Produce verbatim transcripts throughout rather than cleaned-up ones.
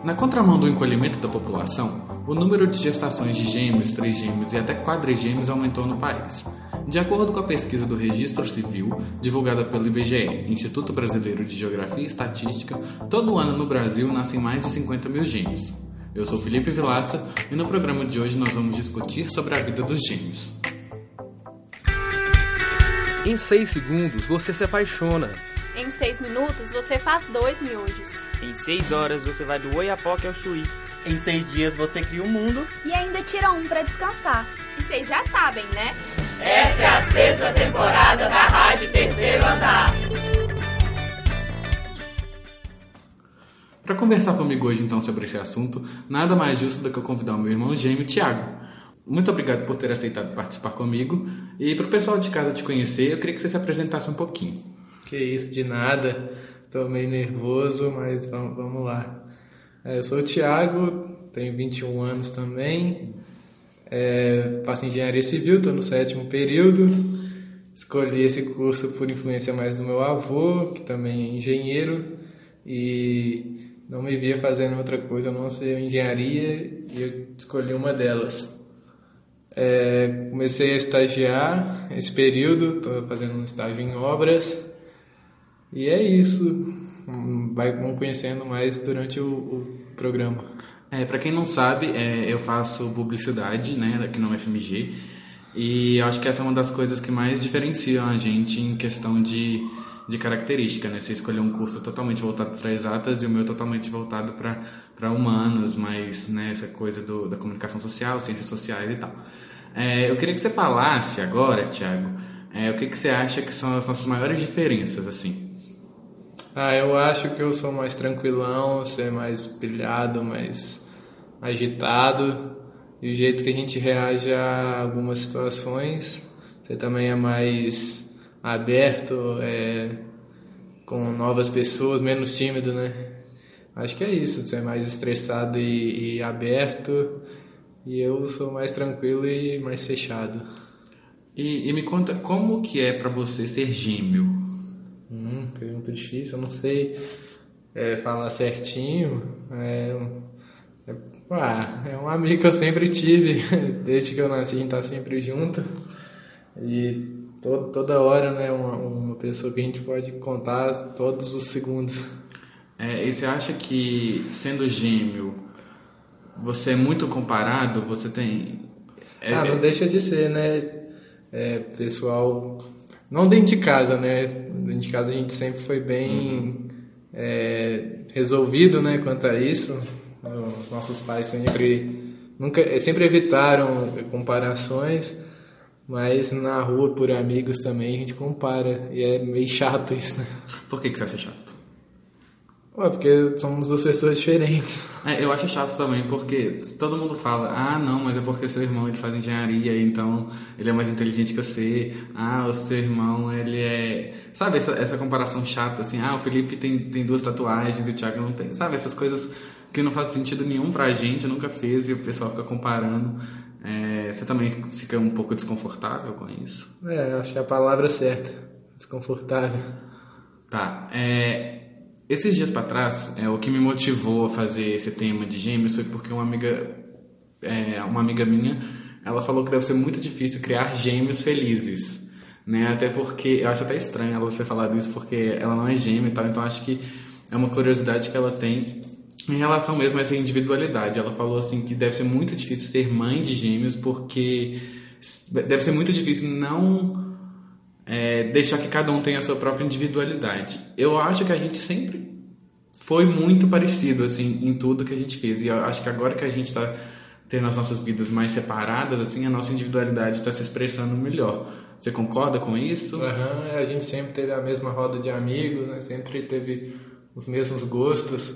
Na contramão do encolhimento da população, o número de gestações de gêmeos, trigêmeos e até quadrigêmeos aumentou no país. De acordo com a pesquisa do Registro Civil, divulgada pelo I B G E, Instituto Brasileiro de Geografia e Estatística, todo ano no Brasil nascem mais de cinquenta mil gêmeos. Eu sou Felipe Vilaça e no programa de hoje nós vamos discutir sobre a vida dos gêmeos. Em seis segundos você se apaixona. Em seis minutos, você faz dois miojos. Em seis horas, você vai do Oiapoque ao Chuí. Em seis dias, você cria um mundo. E ainda tira um pra descansar. E vocês já sabem, né? Essa é a sexta temporada da Rádio Terceiro Andar. Para conversar comigo hoje, então, sobre esse assunto, nada mais justo do que eu convidar o meu irmão gêmeo, Thiago. Muito obrigado por ter aceitado participar comigo. E para o pessoal de casa te conhecer, eu queria que você se apresentasse um pouquinho. Que isso, de nada. Tô meio nervoso, mas vamos, vamos lá. É, eu sou o Thiago, tenho vinte e um anos também. É, faço engenharia civil, estou no sétimo período. Escolhi esse curso por influência mais do meu avô, que também é engenheiro. E não me via fazendo outra coisa a não ser engenharia, e eu escolhi uma delas. É, comecei a estagiar esse período, estou fazendo um estágio em obras. E é isso, vai vão conhecendo mais durante o, o programa. É, para quem não sabe, é, eu faço publicidade, né, aqui no U F M G, e eu acho que essa é uma das coisas que mais diferenciam a gente em questão de, de característica, né? Você escolheu um curso totalmente voltado para exatas e o meu totalmente voltado para humanas, mas né, essa coisa do, da comunicação social, ciências sociais e tal. É, eu queria que você falasse agora, Thiago, é, o que, que você acha que são as nossas maiores diferenças, assim? Ah, eu acho que eu sou mais tranquilão, você é mais pilhado, mais agitado. E o jeito que a gente reage a algumas situações, você também é mais aberto, é, com novas pessoas, menos tímido, né? Acho que é isso, você é mais estressado e, e aberto, e eu sou mais tranquilo e mais fechado. E, e me conta, como que é pra você ser gêmeo? Hum, pergunta difícil, eu não sei é, falar certinho. É, é, ah, é um amigo que eu sempre tive, desde que eu nasci a gente tá sempre junto. E to, toda hora, né, uma, uma pessoa que a gente pode contar todos os segundos. É, e você acha que, sendo gêmeo, você é muito comparado? Você tem... É, ah, não deixa de ser, né? É, pessoal... Não dentro de casa, né? Dentro de casa a gente sempre foi bem uhum. é, resolvido, né, quanto a isso. Os nossos pais sempre, nunca, sempre evitaram comparações, mas na rua, por amigos também, a gente compara. E é meio chato isso, né? Por que, que você acha chato? Ué, porque somos duas pessoas diferentes. É, eu acho chato também, porque todo mundo fala, ah, não, mas é porque o seu irmão ele faz engenharia, então ele é mais inteligente que você. Ah, o seu irmão, ele é... Sabe, essa, essa comparação chata, assim, ah, o Felipe tem, tem duas tatuagens e o Thiago não tem. Sabe, essas coisas que não fazem sentido nenhum pra gente, nunca fez, e o pessoal fica comparando. É, você também fica um pouco desconfortável com isso? É, acho que é a palavra certa, desconfortável. Tá, é... Esses dias para trás, é, o que me motivou a fazer esse tema de gêmeos foi porque uma amiga, é, uma amiga minha, ela falou que deve ser muito difícil criar gêmeos felizes, né? Até porque, eu acho até estranho ela ter falado isso, porque ela não é gêmea e tal, então acho que é uma curiosidade que ela tem em relação mesmo a essa individualidade. Ela falou assim que deve ser muito difícil ser mãe de gêmeos, porque deve ser muito difícil não... É, deixar que cada um tenha a sua própria individualidade. Eu acho que a gente sempre foi muito parecido assim, em tudo que a gente fez. E eu acho que agora que a gente está tendo as nossas vidas mais separadas, assim, a nossa individualidade está se expressando melhor. Você concorda com isso? Uhum, a gente sempre teve a mesma roda de amigos, né? Sempre teve os mesmos gostos.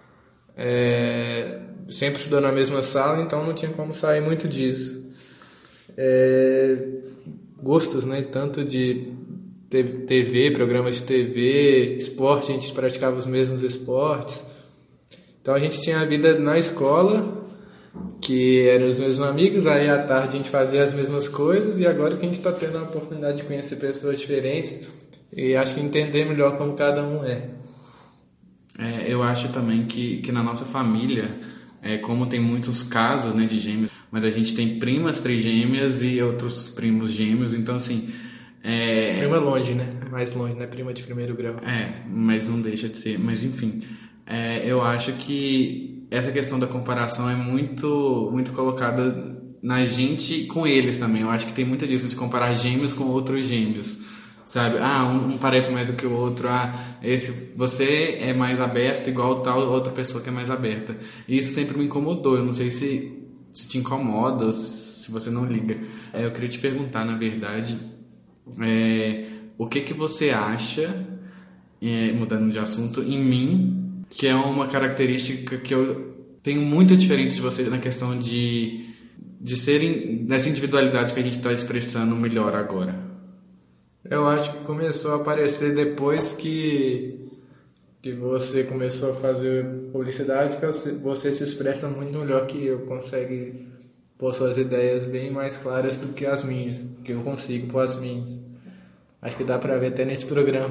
É, sempre estudou na mesma sala, então não tinha como sair muito disso. É... Gostos, né? Tanto de T V, programas de T V, esporte, a gente praticava os mesmos esportes. Então a gente tinha a vida na escola, que eram os mesmos amigos, aí à tarde a gente fazia as mesmas coisas, e agora que a gente está tendo a oportunidade de conhecer pessoas diferentes e acho que entender melhor como cada um é. É, eu acho também que, que na nossa família, é, como tem muitos casos, né, de gêmeos, mas a gente tem primas trigêmeas e outros primos gêmeos, então assim... É... Prima longe, né? Mais longe, né? Prima de primeiro grau. É, mas não deixa de ser. Mas enfim, é, eu acho que essa questão da comparação é muito, muito colocada na gente com eles também. Eu acho que tem muito disso de comparar gêmeos com outros gêmeos, sabe? Ah, um, um parece mais do que o outro. Ah, esse, você é mais aberto igual tal outra pessoa que é mais aberta. E isso sempre me incomodou. Eu não sei se, se te incomoda ou se você não liga. É, eu queria te perguntar, na verdade... É, o que que você acha, é, mudando de assunto, em mim, que é uma característica que eu tenho muito diferente de você na questão de, de serem, nessa individualidade que a gente está expressando melhor agora? Eu acho que começou a aparecer depois que, que você começou a fazer publicidade, que você se expressa muito melhor que eu, consegue... pôr suas ideias bem mais claras do que as minhas, que eu consigo pôr as minhas. Acho que dá pra ver até nesse programa.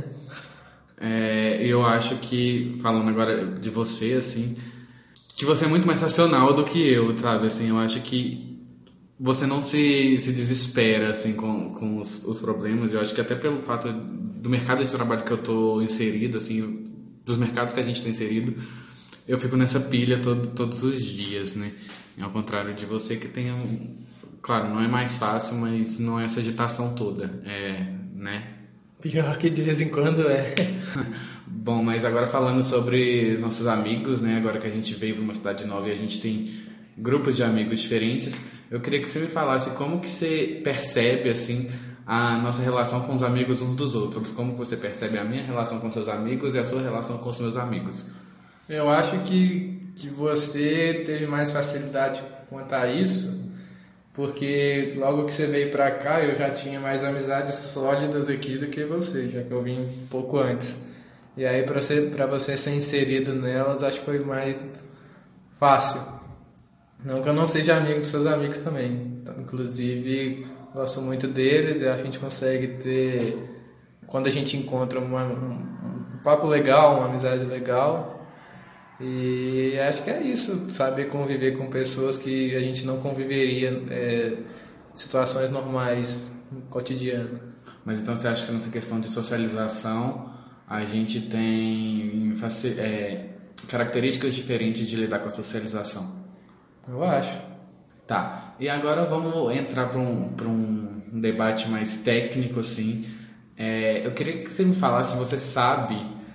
É, eu acho que, falando agora de você, assim, que você é muito mais racional do que eu, sabe? Assim, eu acho que você não se, se desespera, assim, com, com os, os problemas. Eu acho que até pelo fato do mercado de trabalho que eu tô inserido, assim, dos mercados que a gente tá inserido, eu fico nessa pilha todo, todos os dias, né? Ao contrário de você que tem um... Claro, não é mais fácil, mas não é essa agitação toda, é, né? Pior que de vez em quando é. Bom, mas agora falando sobre nossos amigos, né? Agora que a gente veio para uma cidade nova e a gente tem grupos de amigos diferentes, eu queria que você me falasse como que você percebe, assim, a nossa relação com os amigos uns dos outros. Como que você percebe a minha relação com seus amigos e a sua relação com os meus amigos? Eu acho que, que você teve mais facilidade quanto a isso, porque logo que você veio pra cá eu já tinha mais amizades sólidas aqui do que você, já que eu vim um pouco antes. E aí pra você, pra você ser inserido nelas, acho que foi mais fácil. Não que eu não seja amigo dos seus amigos também. Então, inclusive, gosto muito deles e a gente consegue ter, quando a gente encontra uma, um, um papo legal, uma amizade legal. E acho que é isso, saber conviver com pessoas que a gente não conviveria é, em situações normais, no cotidiano. Mas então você acha que nessa questão de socialização a gente tem é, características diferentes de lidar com a socialização? Eu acho. Tá, e agora vamos entrar para um, para um debate mais técnico, assim. É, eu queria que você me falasse se você sabe...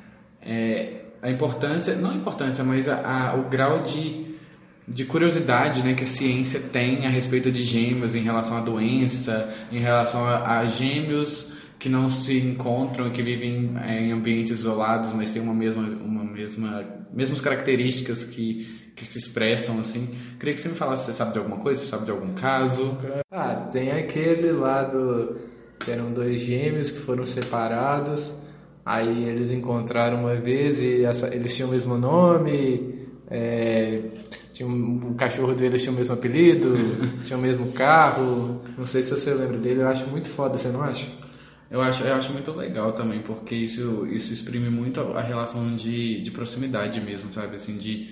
É, a importância, não a importância, mas a, a, o grau de, de curiosidade, né, que a ciência tem a respeito de gêmeos em relação à doença, em relação a, a gêmeos que não se encontram, que vivem é, em ambientes isolados, mas têm uma mesma, uma mesma, mesmas características que, que se expressam, assim. Queria que você me falasse se você sabe de alguma coisa, se sabe de algum caso. Ah, tem aquele lá do... que eram dois gêmeos que foram separados. Aí eles encontraram uma vez e essa, eles tinham o mesmo nome, é, tinha um, o cachorro deles tinha o mesmo apelido, tinha o mesmo carro. Não sei se você lembra dele, eu acho muito foda, você não acha? Eu acho, eu acho muito legal também, porque isso, isso exprime muito a, a relação de, de proximidade mesmo, sabe? Assim, de,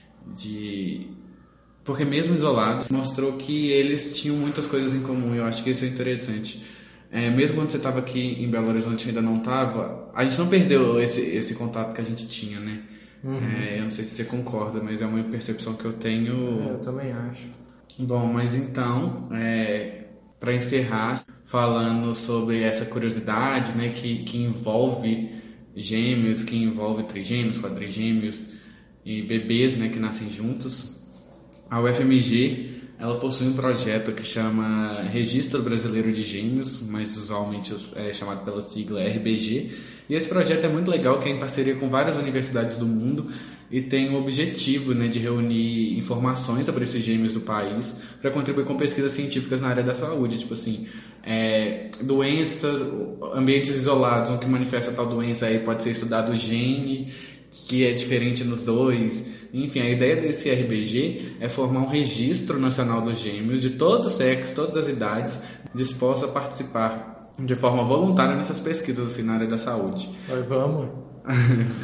de... Porque mesmo isolados, mostrou que eles tinham muitas coisas em comum, e eu acho que isso é interessante. É, mesmo quando você estava aqui em Belo Horizonte ainda não estava, a gente não perdeu esse, esse contato que a gente tinha, né? Uhum. É, eu não sei se você concorda, mas é uma percepção que eu tenho. É, eu também acho. Bom, mas então, é, para encerrar, falando sobre essa curiosidade, né, que, que envolve gêmeos, que envolve trigêmeos, quadrigêmeos e bebês, né, que nascem juntos, a U F M G... ela possui um projeto que chama Registro Brasileiro de Gêmeos, mas usualmente é chamado pela sigla R B G. E esse projeto é muito legal, que é em parceria com várias universidades do mundo e tem o objetivo, né, de reunir informações sobre esses gêmeos do país para contribuir com pesquisas científicas na área da saúde. Tipo assim, é, doenças, ambientes isolados, onde manifesta tal doença, aí pode ser estudado o gene que é diferente nos dois. Enfim, a ideia desse R B G é formar um registro nacional dos gêmeos de todos os sexos, todas as idades, dispostos a participar de forma voluntária nessas pesquisas assim, na área da saúde. Nós vamos.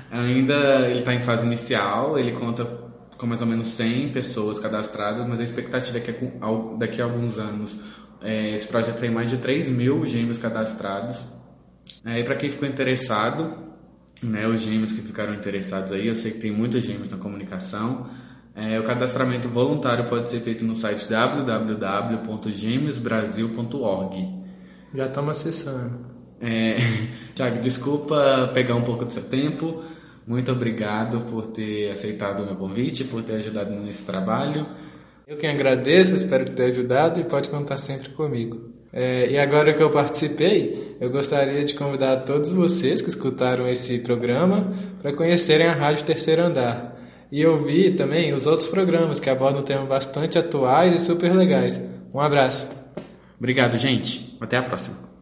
Ainda ele está em fase inicial, ele conta com mais ou menos cem pessoas cadastradas, mas a expectativa é que daqui a alguns anos é, esse projeto tem mais de três mil gêmeos cadastrados. É, e para quem ficou interessado, né, os gêmeos que ficaram interessados aí, eu sei que tem muitos gêmeos na comunicação, é, o cadastramento voluntário pode ser feito no site w w w ponto gêmeos brasil ponto org. Já estamos acessando. É, Thiago, desculpa pegar um pouco do seu tempo. Muito obrigado por ter aceitado o meu convite, por ter ajudado nesse trabalho. Eu que agradeço, espero ter ajudado e pode contar sempre comigo. É, e agora que eu participei, eu gostaria de convidar todos vocês que escutaram esse programa para conhecerem a Rádio Terceiro Andar. E ouvir também os outros programas que abordam temas bastante atuais e super legais. Um abraço. Obrigado, gente. Até a próxima.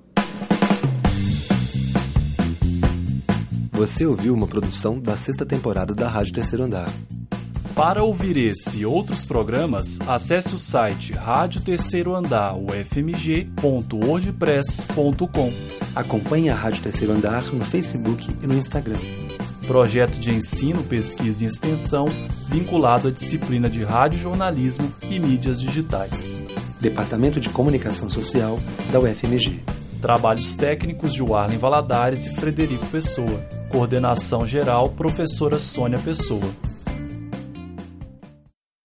Você ouviu uma produção da sexta temporada da Rádio Terceiro Andar. Para ouvir esse e outros programas, acesse o site rádio terceiro andar u f m g ponto wordpress ponto com. Acompanhe a Rádio Terceiro Andar no Facebook e no Instagram. Projeto de ensino, pesquisa e extensão vinculado à disciplina de radiojornalismo e mídias digitais. Departamento de Comunicação Social da U F M G. Trabalhos técnicos de Warlen Valadares e Frederico Pessoa. Coordenação geral, professora Sônia Pessoa.